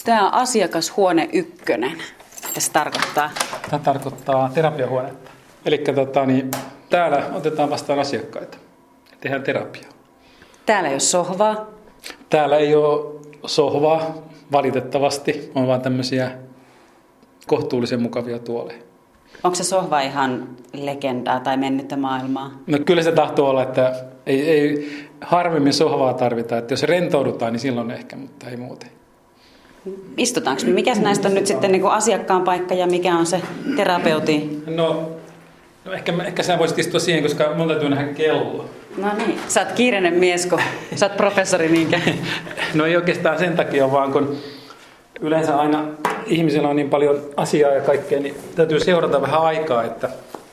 Tämä on asiakashuone 1. Mitä se tarkoittaa? Tämä tarkoittaa terapiahuonetta. Eli täällä otetaan vastaan asiakkaita. Tehdään terapiaa. Täällä ei ole sohvaa. Täällä ei ole sohvaa, valitettavasti. On vaan tämmöisiä kohtuullisen mukavia tuoleja. Onko se sohva ihan legendaa tai mennyttä maailmaa? No kyllä se tahtoo olla, että ei harvemmin sohvaa tarvita. Että jos rentoudutaan, niin silloin ehkä, mutta ei muuten. Istutaanko? Mikä näistä on nyt sitten niin kuin asiakkaan paikka ja mikä on se terapeutin? No ehkä sä voisit istua siihen, koska mun täytyy nähdä kello. No niin, sä oot kiireinen mies, kun sä oot professori niinkään. No ei oikeastaan sen takia, vaan kun yleensä aina ihmisellä on niin paljon asiaa ja kaikkea, niin täytyy seurata vähän aikaa, että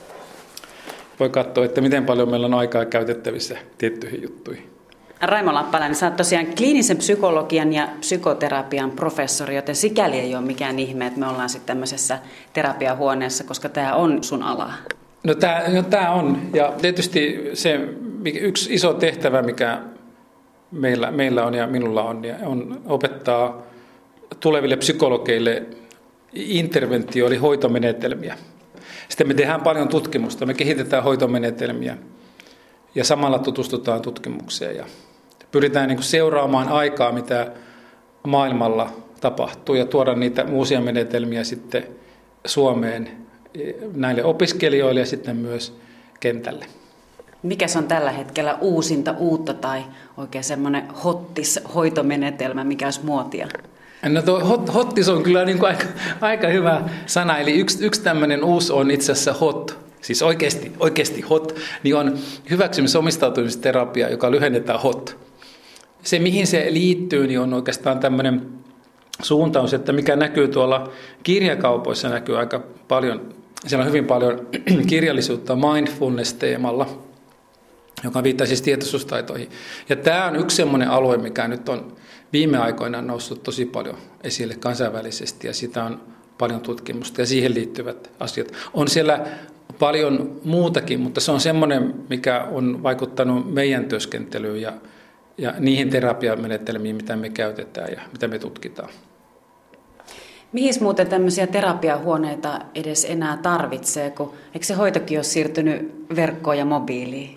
voi katsoa, että miten paljon meillä on aikaa käytettävissä tiettyihin juttuihin. Raimo Lappalainen, sä oot tosiaan kliinisen psykologian ja psykoterapian professori, joten sikäli ei ole mikään ihme, että me ollaan sitten tämmöisessä terapiahuoneessa, koska tämä on sun ala. No tämä on, ja tietysti se yksi iso tehtävä, mikä meillä on ja minulla on opettaa tuleville psykologeille interventio- eli hoitomenetelmiä. Sitten me tehdään paljon tutkimusta, me kehitetään hoitomenetelmiä ja samalla tutustutaan tutkimukseen ja pyritään niin kuin seuraamaan aikaa, mitä maailmalla tapahtuu ja tuoda niitä uusia menetelmiä sitten Suomeen näille opiskelijoille ja sitten myös kentälle. Mikä se on tällä hetkellä uutta tai oikein semmoinen hottis-hoitomenetelmä, mikä olisi muotia? No tuo hottis on kyllä niin kuin aika hyvä sana, eli yksi tämmöinen uusi on itse asiassa hot, siis oikeasti hot, niin on hyväksymis-omistautumisterapia, joka lyhennetään hot. Se, mihin se liittyy, niin on oikeastaan tämmöinen suuntaus, että mikä näkyy tuolla kirjakaupoissa, näkyy aika paljon, siellä on hyvin paljon kirjallisuutta mindfulness-teemalla, joka viittaa siis tietoisuustaitoihin. Ja tämä on yksi semmoinen alue, mikä nyt on viime aikoina noussut tosi paljon esille kansainvälisesti, ja sitä on paljon tutkimusta ja siihen liittyvät asiat. On siellä paljon muutakin, mutta se on semmoinen, mikä on vaikuttanut meidän työskentelyyn ja niihin terapiamenetelmiin, mitä me käytetään ja mitä me tutkitaan. Mihin muuten tämmöisiä terapiahuoneita edes enää tarvitsee, kun eikö se hoitokin ole siirtynyt verkkoon ja mobiiliin?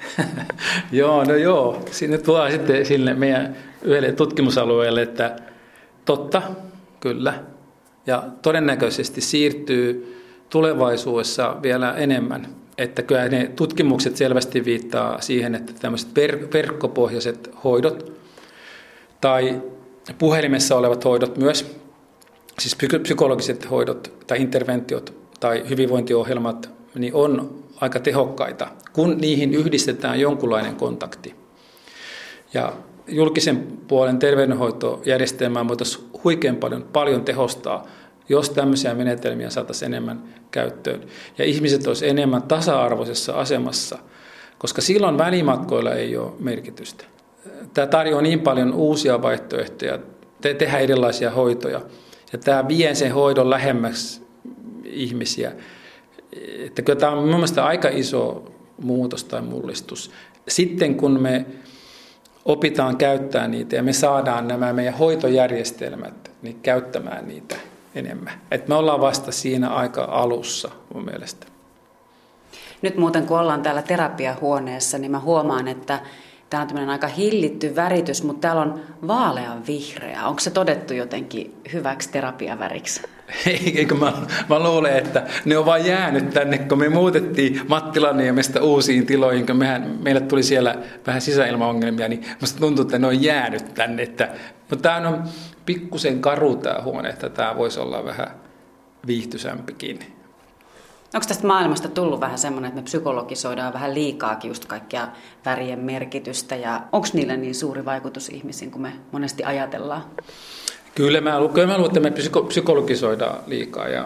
Joo. Sinne tuodaan sitten sille meidän yhdelle tutkimusalueelle, että totta, kyllä. Ja todennäköisesti siirtyy tulevaisuudessa vielä enemmän. Että kyllä ne tutkimukset selvästi viittaa siihen, että tämmöiset verkkopohjaiset hoidot tai puhelimessa olevat hoidot myös, siis psykologiset hoidot tai interventiot tai hyvinvointiohjelmat, niin on aika tehokkaita, kun niihin yhdistetään jonkunlainen kontakti. Ja julkisen puolen terveydenhoitojärjestelmää voitaisiin huikean paljon tehostaa, jos tämmöisiä menetelmiä saataisiin enemmän käyttöön. Ja ihmiset olisivat enemmän tasa-arvoisessa asemassa, koska silloin välimatkoilla ei ole merkitystä. Tämä tarjoaa niin paljon uusia vaihtoehtoja, tehdä erilaisia hoitoja. Ja tämä vie sen hoidon lähemmäksi ihmisiä. Että kyllä tämä on minun mielestä aika iso muutos tai mullistus. Sitten kun me opitaan käyttää niitä ja me saadaan nämä meidän hoitojärjestelmät niin käyttämään niitä enemmän. Et me ollaan vasta siinä aika alussa mun mielestä. Nyt muuten kun ollaan täällä terapiahuoneessa, niin mä huomaan, että täällä on tämmöinen aika hillitty väritys, mutta täällä on vaalean vihreä. Onko se todettu jotenkin hyväksi terapiaväriksi? Eikö mä luulen, että ne on vaan jäänyt tänne, kun me muutettiin Mattilaniemestä uusiin tiloihin, kun meille tuli siellä vähän sisäilmaongelmia, niin musta tuntuu, että ne on jäänyt tänne. No tämä on pikkusen karu tämä huone, että tämä voisi olla vähän viihtyisämpikin. Onko tästä maailmasta tullut vähän semmoinen, että me psykologisoidaan vähän liikaakin just kaikkia värien merkitystä, ja onko niillä niin suuri vaikutus ihmisiin, kuin me monesti ajatellaan? Kyllä mä luulen, että me psykologisoidaan liikaa, ja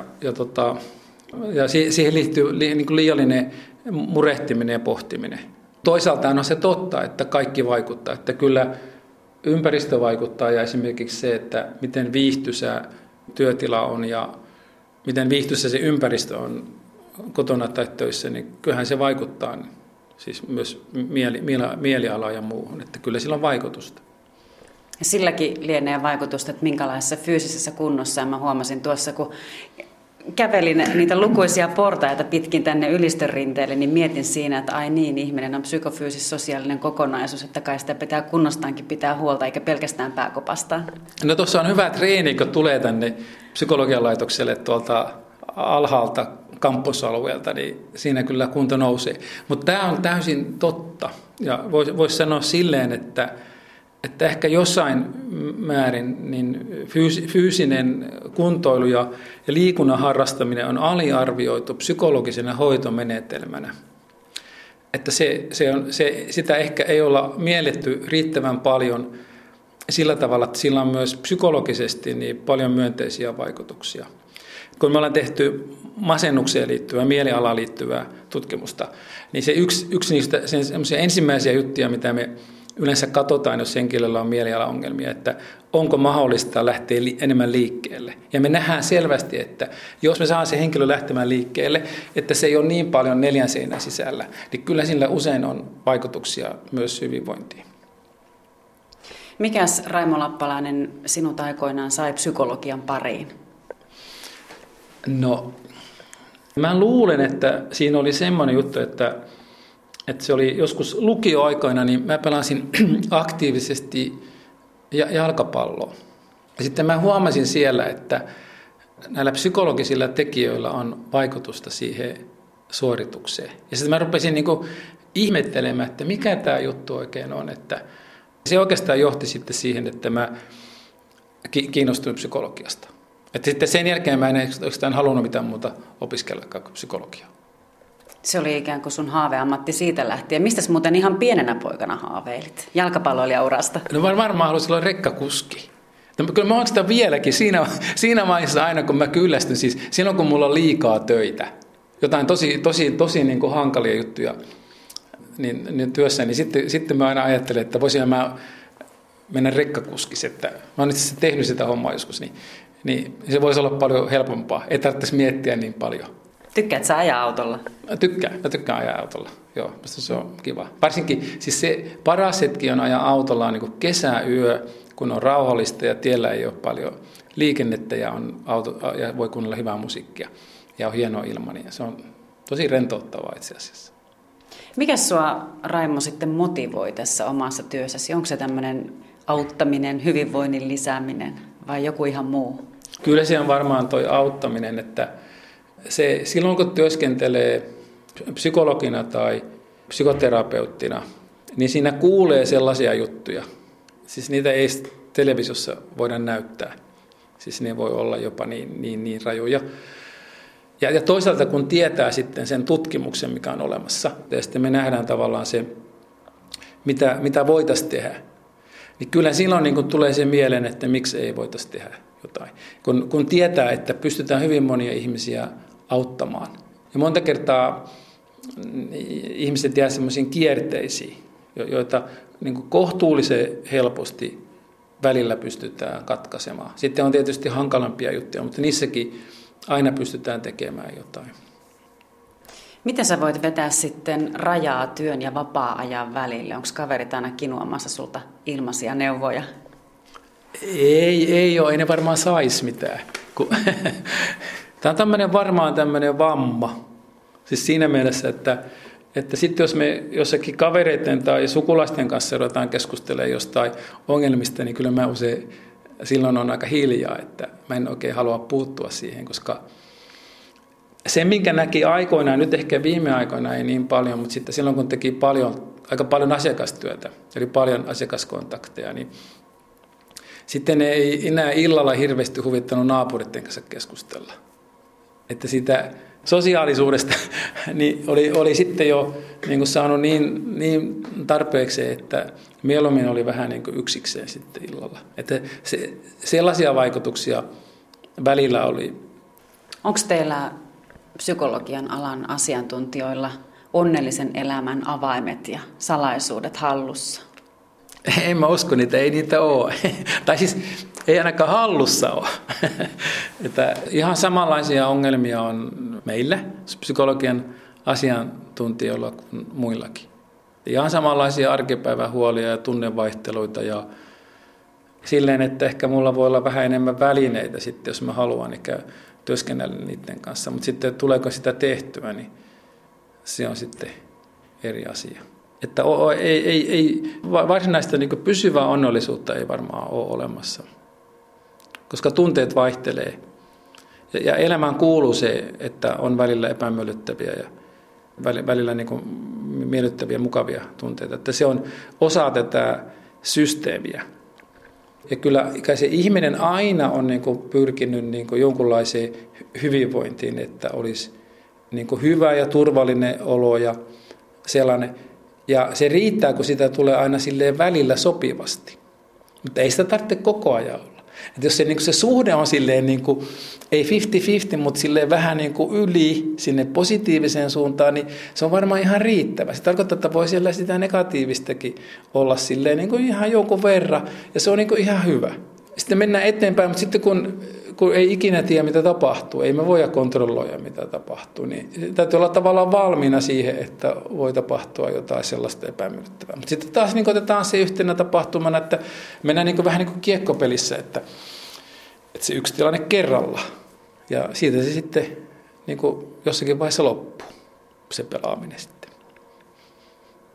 siihen liittyy niin kuin liiallinen murehtiminen ja pohtiminen. Toisaalta on se totta, että kaikki vaikuttaa, että kyllä ympäristö vaikuttaa, ja esimerkiksi se, että miten viihtyisä työtila on ja miten viihtyisä se ympäristö on kotona tai töissä, niin kyllähän se vaikuttaa niin, siis myös mielialaan ja muuhun, että kyllä sillä on vaikutusta. Ja silläkin lienee vaikutusta, että minkälaisessa fyysisessä kunnossa. Ja mä huomasin tuossa, kun kävelin niitä lukuisia portaita pitkin tänne ylistön rinteelle, niin mietin siinä, että ai niin, ihminen on psykofyysis-sosiaalinen kokonaisuus, että kai sitä pitää kunnostaankin pitää huolta, eikä pelkästään pääkopastaan. No tuossa on hyvä treeni, kun tulee tänne psykologian laitokselle tuolta alhaalta kampusalueelta, niin siinä kyllä kunto nousee. Mutta tämä on täysin totta. Ja voisi sanoa silleen, että ehkä jossain määrin niin fyysinen kuntoilu ja liikunnan harrastaminen on aliarvioitu psykologisena hoitomenetelmänä. Että sitä ehkä ei olla mielletty riittävän paljon sillä tavalla, että sillä on myös psykologisesti niin paljon myönteisiä vaikutuksia. Kun me ollaan tehty masennukseen liittyvää, mielialaan liittyvää tutkimusta, niin se yksi niistä ensimmäisiä juttuja, mitä me yleensä katsotaan, jos henkilöllä on mielialaongelmia, että onko mahdollista lähteä enemmän liikkeelle. Ja me nähdään selvästi, että jos me saadaan se henkilö lähtemään liikkeelle, että se ei ole niin paljon 4 seinän sisällä, niin kyllä sillä usein on vaikutuksia myös hyvinvointiin. Mikäs Raimo Lappalainen sinut aikoinaan sai psykologian pariin? No, mä luulen, että siinä oli semmoinen juttu, että se oli joskus lukioaikoina, niin mä pelasin aktiivisesti jalkapalloa. Ja sitten mä huomasin siellä, että näillä psykologisilla tekijöillä on vaikutusta siihen suoritukseen. Ja sitten mä rupesin niin kuin ihmettelemään, että mikä tämä juttu oikein on. Että se oikeastaan johti sitten siihen, että mä kiinnostuin psykologiasta. Että sitten sen jälkeen mä en oikeastaan halunnut mitään muuta opiskellakaan kuin psykologiaa. Se oli ikään kuin sun haaveammatti siitä lähtien. Mistäs muuten ihan pienenä poikana haaveilit? Jalkapalloilijaurasta? No varmaan haluaisin olla rekkakuski. No, kyllä mä oikeastaan vieläkin siinä vaiheessa aina, kun mä kyllästyn, siis silloin kun mulla on liikaa töitä, jotain tosi niin kuin hankalia juttuja niin työssä, niin sitten mä aina ajattelen, että voisin mä mennä rekkakuskiksi. Että mä oon itse tehnyt sitä hommaa joskus, niin se voisi olla paljon helpompaa. Ei tarvitsisi miettiä niin paljon. Tykkäätkö sä ajaa autolla? Mä tykkään ajaa autolla. Joo, se on kiva. Varsinkin siis se paras hetki on ajaa autolla on niin kuin kesäyö, kun on rauhallista ja tiellä ei ole paljon liikennettä ja voi kuunnella hyvää musiikkia ja on hienoa ilma. Niin se on tosi rentouttavaa itse asiassa. Mikä sua, Raimo, sitten motivoi tässä omassa työssäsi? Onko se tämmöinen auttaminen, hyvinvoinnin lisääminen vai joku ihan muu? Kyllä se on varmaan toi auttaminen, että silloin kun työskentelee psykologina tai psykoterapeuttina, niin siinä kuulee sellaisia juttuja. Siis niitä ei televisiossa voida näyttää. Siis ne voi olla jopa niin rajuja. Ja toisaalta kun tietää sitten sen tutkimuksen, mikä on olemassa, ja sitten me nähdään tavallaan se, mitä voitaisiin tehdä, niin kyllä silloin niin kun tulee se mieleen, että miksi ei voitaisiin tehdä jotain. Kun tietää, että pystytään hyvin monia ihmisiä auttamaan. Ja monta kertaa ihmiset jää semmoisiin kierteisiin, joita niin kuin kohtuullisen helposti välillä pystytään katkaisemaan. Sitten on tietysti hankalampia juttuja, mutta niissäkin aina pystytään tekemään jotain. Miten sä voit vetää sitten rajaa työn ja vapaa-ajan välille? Onko kaverit aina kinuamassa sulta ilmaisia neuvoja? Ei ole, ei ne varmaan saisi mitään. Tämä on varmaan tämmöinen vamma. Siis siinä mielessä, että sitten jos me jossakin kavereiden tai sukulaisten kanssa ruvetaan keskustelemaan jostain ongelmista, niin kyllä mä usein silloin on aika hiljaa, että mä en oikein halua puuttua siihen, koska se, minkä näki aikoinaan, nyt ehkä viime aikoina ei niin paljon, mutta sitten silloin kun teki aika paljon asiakastyötä, eli paljon asiakaskontakteja, niin sitten ei enää illalla hirveästi huvittanut naapuritten kanssa keskustella. Että siitä sosiaalisuudesta niin oli sitten jo niin kuin saanut niin tarpeeksi, että mieluummin oli vähän niin kuin yksikseen sitten illalla. Että sellaisia vaikutuksia välillä oli. Onko teillä psykologian alan asiantuntijoilla onnellisen elämän avaimet ja salaisuudet hallussa? En mä usko niitä, ei niitä ole. Tai siis ei ainakaan hallussa ole. Että ihan samanlaisia ongelmia on meillä psykologian asiantuntijoilla kuin muillakin. Ihan samanlaisia arkipäivän huolia ja tunnevaihteluita ja silleen, että ehkä mulla voi olla vähän enemmän välineitä sitten, jos mä haluan työskennellä niiden kanssa. Mutta sitten tuleeko sitä tehtyä, niin se on sitten eri asia. Että varsinaista niin kuin pysyvää onnellisuutta ei varmaan ole olemassa, koska tunteet vaihtelee. Ja elämään kuuluu se, että on välillä epämiellyttäviä ja välillä niin kuin miellyttäviä, mukavia tunteita. Että se on osa tätä systeemiä. Ja kyllä se ihminen aina on niin kuin pyrkinyt niin kuin jonkunlaiseen hyvinvointiin, että olisi niin kuin hyvä ja turvallinen olo ja sellainen. Ja se riittää, kun sitä tulee aina silleen välillä sopivasti. Mutta ei sitä tarvitse koko ajan olla. Että jos se suhde on silleen niin kuin, ei 50-50, mutta silleen vähän niin kuin yli sinne positiiviseen suuntaan, niin se on varmaan ihan riittävä. Se tarkoittaa, että voi siellä sitä negatiivistakin olla silleen niin kuin ihan jonkun verran, ja se on niin kuin ihan hyvä. Sitten mennään eteenpäin, mutta sitten kun ei ikinä tiedä, mitä tapahtuu, ei me voida kontrolloida, mitä tapahtuu, niin täytyy olla tavallaan valmiina siihen, että voi tapahtua jotain sellaista epämiellyttävää. Mutta sitten taas niin otetaan se yhtenä tapahtumana, että mennään niin vähän niin kuin kiekkopelissä, että se yksi tilanne kerralla. Ja siitä se sitten niin jossakin vaiheessa loppuu, se pelaaminen.